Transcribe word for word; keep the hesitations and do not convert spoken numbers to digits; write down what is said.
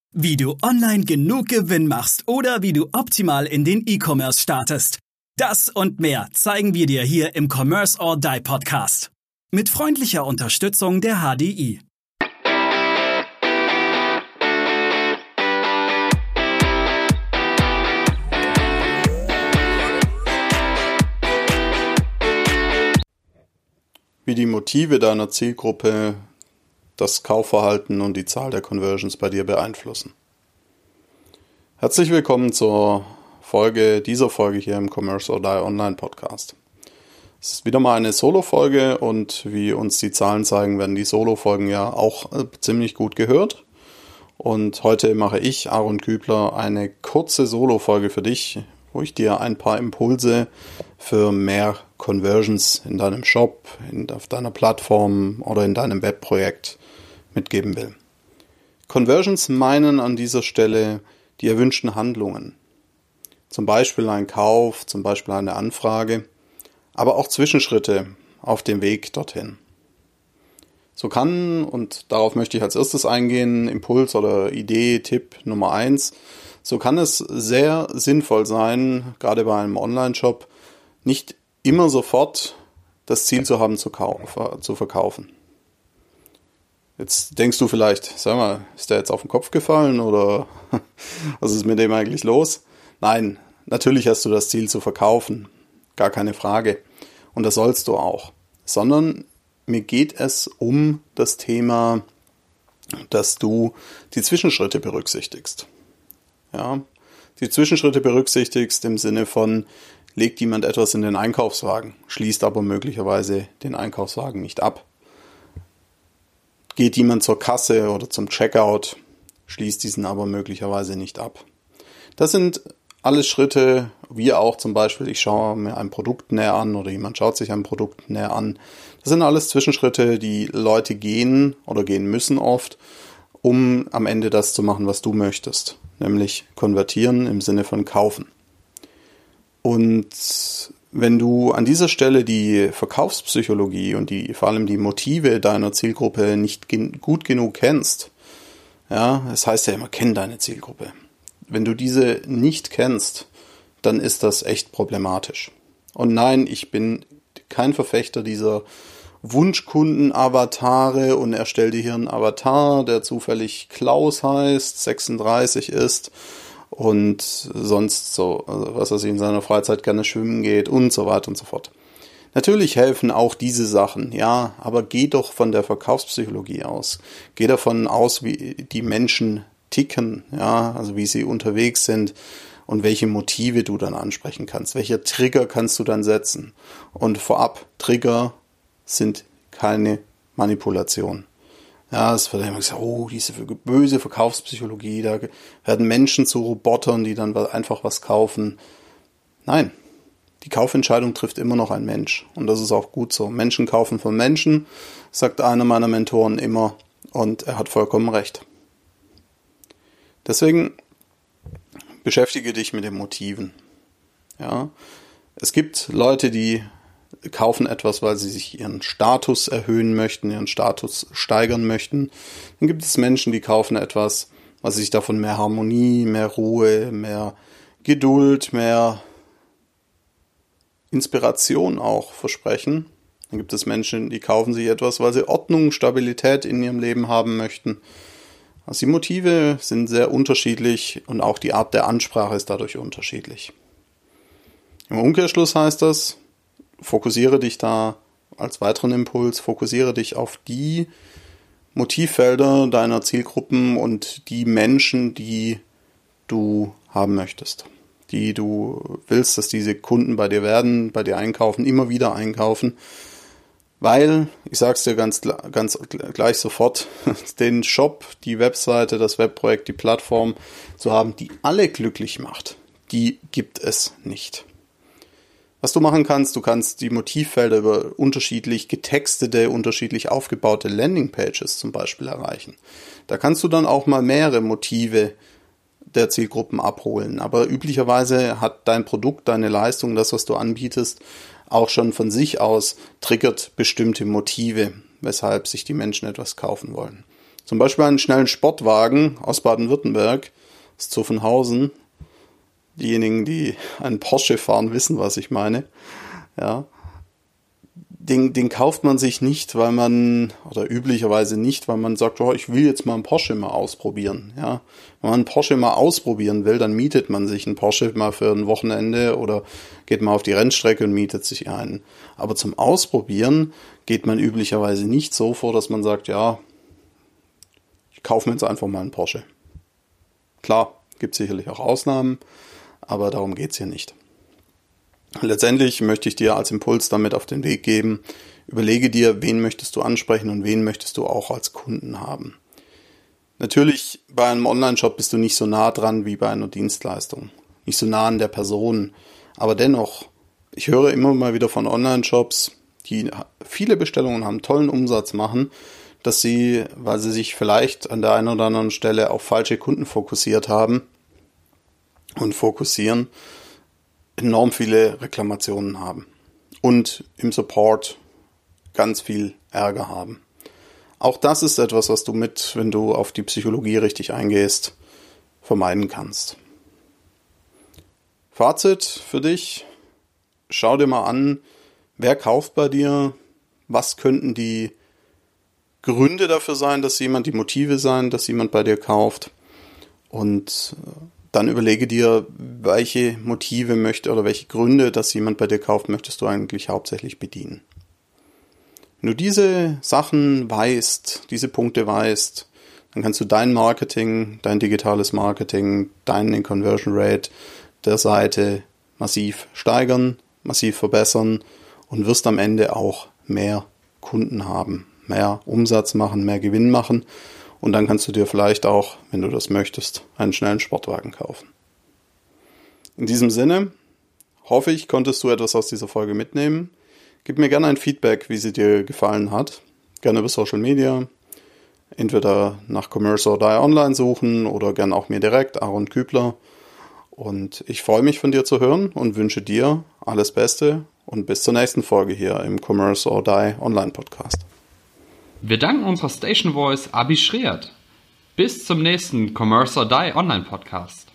Wie du online genug Gewinn machst oder wie du optimal in den E-Commerce startest. Das und mehr zeigen wir dir hier im Commerce or Die Podcast. Mit freundlicher Unterstützung der H D I. Wie die Motive deiner Zielgruppe das Kaufverhalten und die Zahl der Conversions bei dir beeinflussen. Herzlich willkommen zur Folge, dieser Folge hier im Commerce or Die Online Podcast. Es ist wieder mal eine Solo-Folge und wie uns die Zahlen zeigen, werden die Solo-Folgen ja auch äh, ziemlich gut gehört. Und heute mache ich, Aaron Kübler, eine kurze Solo-Folge für dich, wo ich dir ein paar Impulse für mehr Conversions in deinem Shop, in, auf deiner Plattform oder in deinem Webprojekt mitgeben will. Conversions meinen an dieser Stelle die erwünschten Handlungen. Zum Beispiel ein Kauf, zum Beispiel eine Anfrage, aber auch Zwischenschritte auf dem Weg dorthin. So kann, und darauf möchte ich als erstes eingehen, Impuls oder Idee, Tipp Nummer eins, so kann es sehr sinnvoll sein, gerade bei einem Online-Shop, nicht immer sofort das Ziel zu haben, zu, kaufen, zu verkaufen. Jetzt denkst du vielleicht, sag mal, ist der jetzt auf den Kopf gefallen oder was ist mit dem eigentlich los? Nein, natürlich hast du das Ziel zu verkaufen, gar keine Frage. Und das sollst du auch. Sondern mir geht es um das Thema, dass du die Zwischenschritte berücksichtigst. Ja, die Zwischenschritte berücksichtigst im Sinne von, legt jemand etwas in den Einkaufswagen, schließt aber möglicherweise den Einkaufswagen nicht ab. Geht jemand zur Kasse oder zum Checkout, schließt diesen aber möglicherweise nicht ab. Das sind alles Schritte, wie auch zum Beispiel, ich schaue mir ein Produkt näher an oder jemand schaut sich ein Produkt näher an. Das sind alles Zwischenschritte, die Leute gehen oder gehen müssen oft, um am Ende das zu machen, was du möchtest, nämlich konvertieren im Sinne von kaufen. Und wenn du an dieser Stelle die Verkaufspsychologie und die vor allem die Motive deiner Zielgruppe nicht gen- gut genug kennst, ja, es heißt ja immer, kenn deine Zielgruppe. Wenn du diese nicht kennst, dann ist das echt problematisch. Und nein, ich bin kein Verfechter dieser Wunschkunden-Avatare und erstell dir hier einen Avatar, der zufällig Klaus heißt, sechsunddreißig ist und sonst so, also was er sich in seiner Freizeit gerne schwimmen geht und so weiter und so fort. Natürlich helfen auch diese Sachen, ja, aber geh doch von der Verkaufspsychologie aus. Geh davon aus, wie die Menschen ticken, ja, also wie sie unterwegs sind und welche Motive du dann ansprechen kannst. Welcher Trigger kannst du dann setzen? Und vorab, Trigger sind keine Manipulation. Ja, es wird immer gesagt, oh, diese böse Verkaufspsychologie, da werden Menschen zu Robotern, die dann einfach was kaufen. Nein, die Kaufentscheidung trifft immer noch ein Mensch. Und das ist auch gut so. Menschen kaufen von Menschen, sagt einer meiner Mentoren immer. Und er hat vollkommen recht. Deswegen beschäftige dich mit den Motiven. Ja, es gibt Leute, die kaufen etwas, weil sie sich ihren Status erhöhen möchten, ihren Status steigern möchten. Dann gibt es Menschen, die kaufen etwas, weil sie sich davon mehr Harmonie, mehr Ruhe, mehr Geduld, mehr Inspiration auch versprechen. Dann gibt es Menschen, die kaufen sich etwas, weil sie Ordnung, Stabilität in ihrem Leben haben möchten. Also die Motive sind sehr unterschiedlich und auch die Art der Ansprache ist dadurch unterschiedlich. Im Umkehrschluss heißt das, fokussiere dich da als weiteren Impuls, fokussiere dich auf die Motivfelder deiner Zielgruppen und die Menschen, die du haben möchtest. Die du willst, dass diese Kunden bei dir werden, bei dir einkaufen, immer wieder einkaufen. Weil, ich sag's dir ganz, ganz gleich sofort, den Shop, die Webseite, das Webprojekt, die Plattform zu haben, die alle glücklich macht, die gibt es nicht. Was du machen kannst, du kannst die Motivfelder über unterschiedlich getextete, unterschiedlich aufgebaute Landingpages zum Beispiel erreichen. Da kannst du dann auch mal mehrere Motive der Zielgruppen abholen. Aber üblicherweise hat dein Produkt, deine Leistung, das, was du anbietest, auch schon von sich aus triggert bestimmte Motive, weshalb sich die Menschen etwas kaufen wollen. Zum Beispiel einen schnellen Sportwagen aus Baden-Württemberg, aus Zuffenhausen. Diejenigen, die einen Porsche fahren, wissen, was ich meine. Ja. Den, den kauft man sich nicht, weil man, oder üblicherweise nicht, weil man sagt, oh, ich will jetzt mal einen Porsche mal ausprobieren. Ja. Wenn man einen Porsche mal ausprobieren will, dann mietet man sich einen Porsche mal für ein Wochenende oder geht mal auf die Rennstrecke und mietet sich einen. Aber zum Ausprobieren geht man üblicherweise nicht so vor, dass man sagt, ja, ich kaufe mir jetzt einfach mal einen Porsche. Klar, gibt sicherlich auch Ausnahmen, aber darum geht's hier nicht. Letztendlich möchte ich dir als Impuls damit auf den Weg geben, überlege dir, wen möchtest du ansprechen und wen möchtest du auch als Kunden haben. Natürlich, bei einem Online-Shop bist du nicht so nah dran wie bei einer Dienstleistung, nicht so nah an der Person, aber dennoch, ich höre immer mal wieder von Online-Shops, die viele Bestellungen haben, tollen Umsatz machen, dass sie, weil sie sich vielleicht an der einen oder anderen Stelle auf falsche Kunden fokussiert haben und fokussieren, enorm viele Reklamationen haben und im Support ganz viel Ärger haben. Auch das ist etwas, was du mit, wenn du auf die Psychologie richtig eingehst, vermeiden kannst. Fazit für dich, schau dir mal an, wer kauft bei dir, was könnten die Gründe dafür sein, dass jemand, die Motive sein, dass jemand bei dir kauft, und dann überlege dir, welche Motive möchte oder welche Gründe, dass jemand bei dir kauft, möchtest du eigentlich hauptsächlich bedienen. Wenn du diese Sachen weißt, diese Punkte weißt, dann kannst du dein Marketing, dein digitales Marketing, deine Conversion Rate der Seite massiv steigern, massiv verbessern und wirst am Ende auch mehr Kunden haben, mehr Umsatz machen, mehr Gewinn machen. Und dann kannst du dir vielleicht auch, wenn du das möchtest, einen schnellen Sportwagen kaufen. In diesem Sinne hoffe ich, konntest du etwas aus dieser Folge mitnehmen. Gib mir gerne ein Feedback, wie sie dir gefallen hat. Gerne über Social Media. Entweder nach Commerce or Die Online suchen oder gerne auch mir direkt, Aaron Kübler. Und ich freue mich, von dir zu hören und wünsche dir alles Beste und bis zur nächsten Folge hier im Commerce or Die Online Podcast. Wir danken unserer Station Voice Abi Schreert. Bis zum nächsten Commerce or Die Online Podcast.